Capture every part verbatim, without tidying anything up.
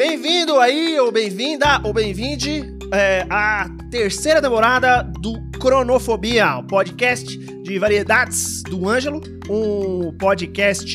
Bem-vindo aí, ou bem-vinda, ou bem-vinde é, à terceira temporada do Cronofobia, um podcast de variedades do Ângelo, um podcast...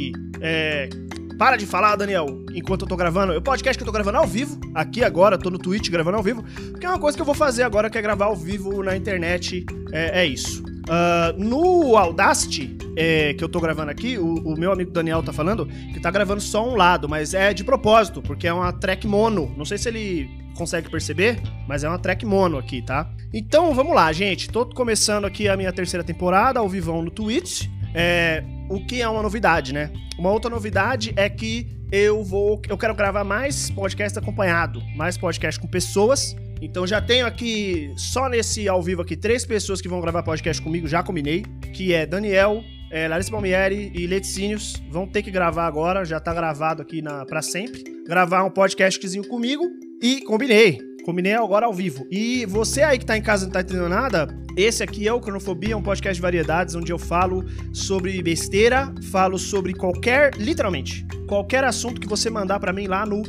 É, para de falar, Daniel, enquanto eu tô gravando. O podcast que eu tô gravando ao vivo, aqui agora, tô no Twitch gravando ao vivo, porque é uma coisa que eu vou fazer agora, que é gravar ao vivo na internet, é, é isso. Uh, no Audacity, é, que eu tô gravando aqui, o, o meu amigo Daniel tá falando que tá gravando só um lado, mas é de propósito, porque é uma track mono. Não sei se ele consegue perceber, mas é uma track mono aqui, tá? Então, vamos lá, gente. Tô começando aqui a minha terceira temporada, ao vivão no Twitch. É, o que é uma novidade, né? Uma outra novidade é que eu vou, eu quero gravar mais podcast acompanhado, mais podcast com pessoas. Então já tenho aqui, só nesse ao vivo aqui, três pessoas que vão gravar podcast comigo, já combinei, que é Daniel, é, Larissa Palmieri e Leticínios. Vão ter que gravar agora, já tá gravado aqui na, pra sempre. Gravar um podcastzinho comigo e combinei. Combinei agora ao vivo. E você aí que tá em casa e não tá entendendo nada, esse aqui é o Cronofobia, um podcast de variedades, onde eu falo sobre besteira, falo sobre qualquer, literalmente, qualquer assunto que você mandar pra mim lá no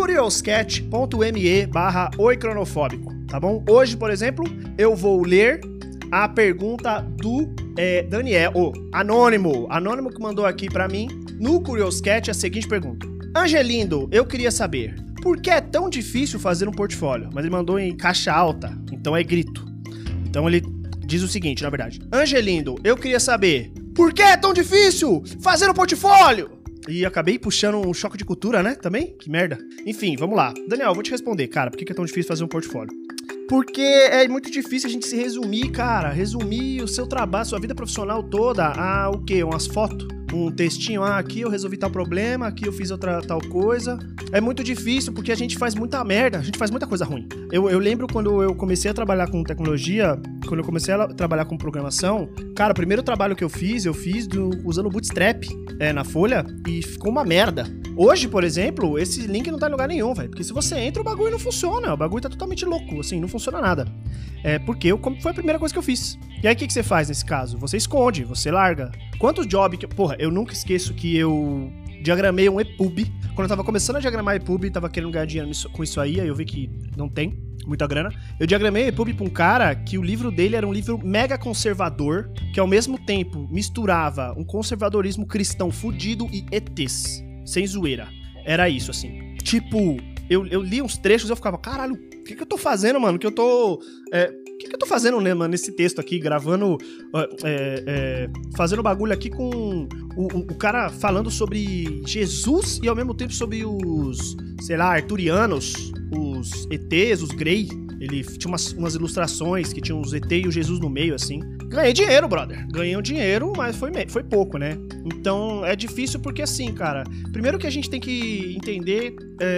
curioscat.me barra oicronofóbico, tá bom? Hoje, por exemplo, eu vou ler a pergunta do é, Daniel, o Anônimo, Anônimo que mandou aqui pra mim no Curioscat a seguinte pergunta. Angelindo, eu queria saber... por que é tão difícil fazer um portfólio? Mas ele mandou em caixa alta, então é grito. Então ele diz o seguinte, na verdade. Angelindo, eu queria saber, por que é tão difícil fazer um portfólio? E acabei puxando um choque de cultura, né? Também? Que merda. Enfim, vamos lá. Daniel, eu vou te responder, cara, por que é tão difícil fazer um portfólio? Porque é muito difícil a gente se resumir, cara. Resumir o seu trabalho, sua vida profissional toda a o quê? Umas fotos? Um textinho, ah, aqui eu resolvi tal problema, aqui eu fiz outra tal coisa. É muito difícil porque a gente faz muita merda, a gente faz muita coisa ruim. Eu, eu lembro quando eu comecei a trabalhar com tecnologia, quando eu comecei a trabalhar com programação, cara, o primeiro trabalho que eu fiz, eu fiz do, usando o Bootstrap é, na Folha e ficou uma merda. Hoje, por exemplo, esse link não tá em lugar nenhum, velho, porque se você entra, o bagulho não funciona, o bagulho tá totalmente louco, assim, não funciona nada. É porque eu, foi a primeira coisa que eu fiz. E aí, o que, que você faz nesse caso? Você esconde, você larga. Quantos jobs que... Porra, eu nunca esqueço que eu diagramei um E P U B. Quando eu tava começando a diagramar E P U B, tava querendo ganhar dinheiro com isso aí, aí eu vi que não tem muita grana. Eu diagramei E P U B pra um cara que o livro dele era um livro mega conservador, que ao mesmo tempo misturava um conservadorismo cristão fudido e E Tês. Sem zoeira. Era isso, assim. Tipo... Eu, eu li uns trechos e eu ficava, caralho, o que que eu tô fazendo, mano? Que eu tô... É, o que que eu tô fazendo, né, mano, nesse texto aqui, gravando... É, é, fazendo bagulho aqui com o, o, o cara falando sobre Jesus e ao mesmo tempo sobre os, sei lá, arturianos, os E Tês, os Grey. Ele tinha umas, umas ilustrações que tinham os E T e o Jesus no meio, assim. Ganhei dinheiro, brother. Ganhei um dinheiro, mas foi, foi pouco, né? Então, é difícil porque, assim, cara... Primeiro que a gente tem que entender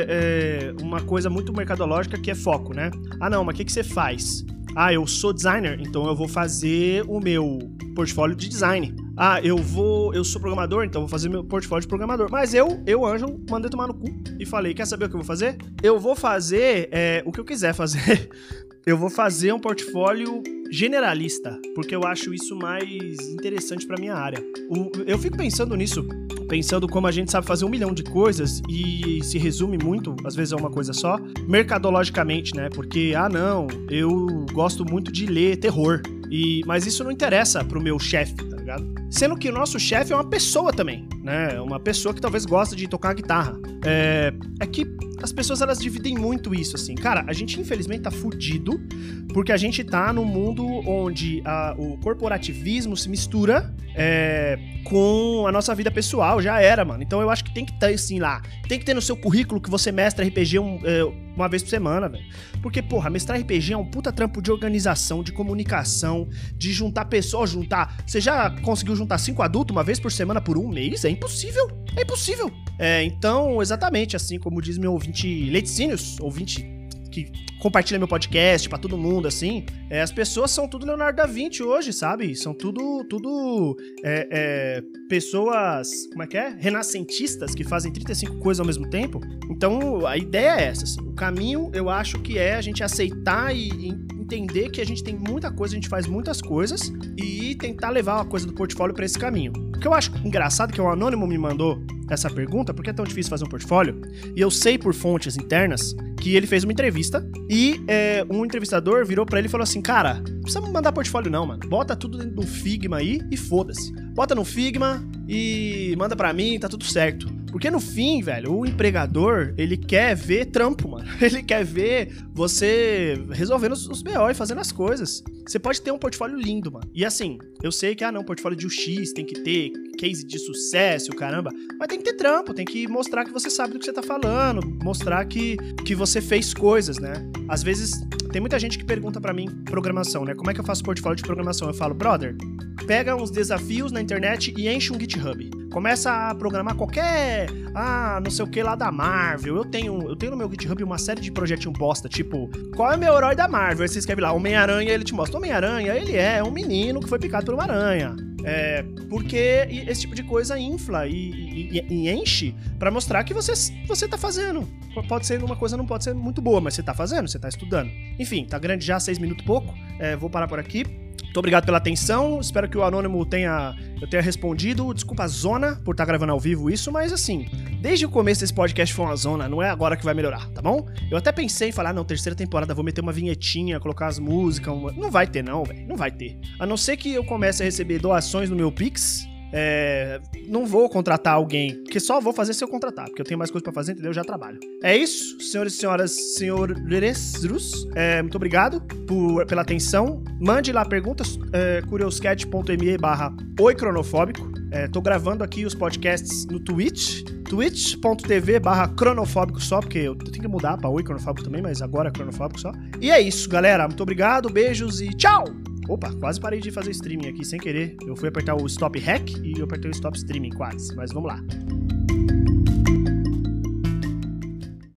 é, é, uma coisa muito mercadológica que é foco, né? Ah, não, mas o que, que você faz? Ah, eu sou designer, então eu vou fazer o meu portfólio de design. Ah, eu vou... Eu sou programador, então eu vou fazer meu portfólio de programador. Mas eu, eu, Ângelo, mandei tomar no cu e falei, quer saber o que eu vou fazer? Eu vou fazer é, o que eu quiser fazer. Eu vou fazer um portfólio generalista, porque eu acho isso mais interessante pra minha área. O, eu fico pensando nisso, pensando como a gente sabe fazer um milhão de coisas e se resume muito, às vezes é uma coisa só, mercadologicamente, né? Porque, ah não, eu gosto muito de ler terror, e, mas isso não interessa pro meu chefe, tá ligado? Sendo que o nosso chefe é uma pessoa também, né? Uma pessoa que talvez gosta de tocar guitarra. É, é que as pessoas, elas dividem muito isso, assim. Cara, a gente infelizmente tá fudido porque a gente tá num mundo onde a, o corporativismo se mistura é, com a nossa vida pessoal. Já era, mano. Então eu acho que tem que ter, assim, lá. Tem que ter no seu currículo que você mestra R P G um, é, uma vez por semana, velho. Porque, porra, mestrar R P G é um puta trampo de organização, de comunicação, de juntar pessoas, juntar... Você já conseguiu juntar cinco adultos uma vez por semana por um mês? É impossível. É impossível. É, então, exatamente, assim como diz meu ouvinte Leticínios, ouvinte que compartilha meu podcast pra todo mundo, assim, é, as pessoas são tudo Leonardo da Vinci hoje, sabe? São tudo, tudo é, é, pessoas, como é que é? Renascentistas, que fazem trinta e cinco coisas ao mesmo tempo. Então, a ideia é essa, assim. O caminho, eu acho que é a gente aceitar e, e entender que a gente tem muita coisa, a gente faz muitas coisas e tentar levar a coisa do portfólio pra esse caminho. O que eu acho engraçado, que o Anônimo me mandou essa pergunta, por que é tão difícil fazer um portfólio? E eu sei por fontes internas que ele fez uma entrevista e é, um entrevistador virou pra ele e falou assim, cara, não precisa mandar portfólio não, mano. Bota tudo dentro do Figma aí e foda-se. Bota no Figma e manda pra mim, tá tudo certo. Porque no fim, velho, o empregador, ele quer ver trampo, mano. Ele quer ver você resolvendo os B O e fazendo as coisas. Você pode ter um portfólio lindo, mano. E assim, eu sei que, ah não, portfólio de U X tem que ter case de sucesso, caramba. Mas tem que ter trampo, tem que mostrar que você sabe do que você tá falando. Mostrar que, que você fez coisas, né? Às vezes, tem muita gente que pergunta pra mim, programação, né? Como é que eu faço portfólio de programação? Eu falo, brother, pega uns desafios na internet e enche um GitHub. Começa a programar qualquer, ah, não sei o que lá da Marvel. Eu tenho, eu tenho no meu GitHub uma série de projetinhos bosta, tipo, qual é o meu herói da Marvel? Aí você escreve lá, Homem-Aranha, ele te mostra. Homem-Aranha, ele é um menino que foi picado por uma aranha. É, porque esse tipo de coisa infla e, e, e enche pra mostrar que você, você tá fazendo. Pode ser uma coisa, não pode ser muito boa, mas você tá fazendo, você tá estudando. Enfim, tá grande já, seis minutos e pouco. É, vou parar por aqui. Muito obrigado pela atenção, espero que o Anônimo tenha, eu tenha respondido. Desculpa a zona por estar gravando ao vivo isso, mas assim, desde o começo desse podcast foi uma zona, não é agora que vai melhorar, tá bom? Eu até pensei em falar, não, terceira temporada, vou meter uma vinhetinha, colocar as músicas, uma... não vai ter não, velho, não vai ter. A não ser que eu comece a receber doações no meu Pix, é... não vou contratar alguém, porque só vou fazer se eu contratar, porque eu tenho mais coisa pra fazer, entendeu? Eu já trabalho. É isso, senhores e senhoras, senhores, é, muito obrigado por, pela atenção. Mande lá perguntas, é, curioscat.me barra oicronofóbico. É, tô gravando aqui os podcasts no Twitch, twitch.tv barra cronofóbico só, porque eu tenho que mudar pra oicronofóbico também, mas agora é cronofóbico só. E é isso, galera. Muito obrigado, beijos e tchau! Opa, quase parei de fazer streaming aqui sem querer. Eu fui apertar o stop hack e eu apertei o stop streaming quase, mas vamos lá.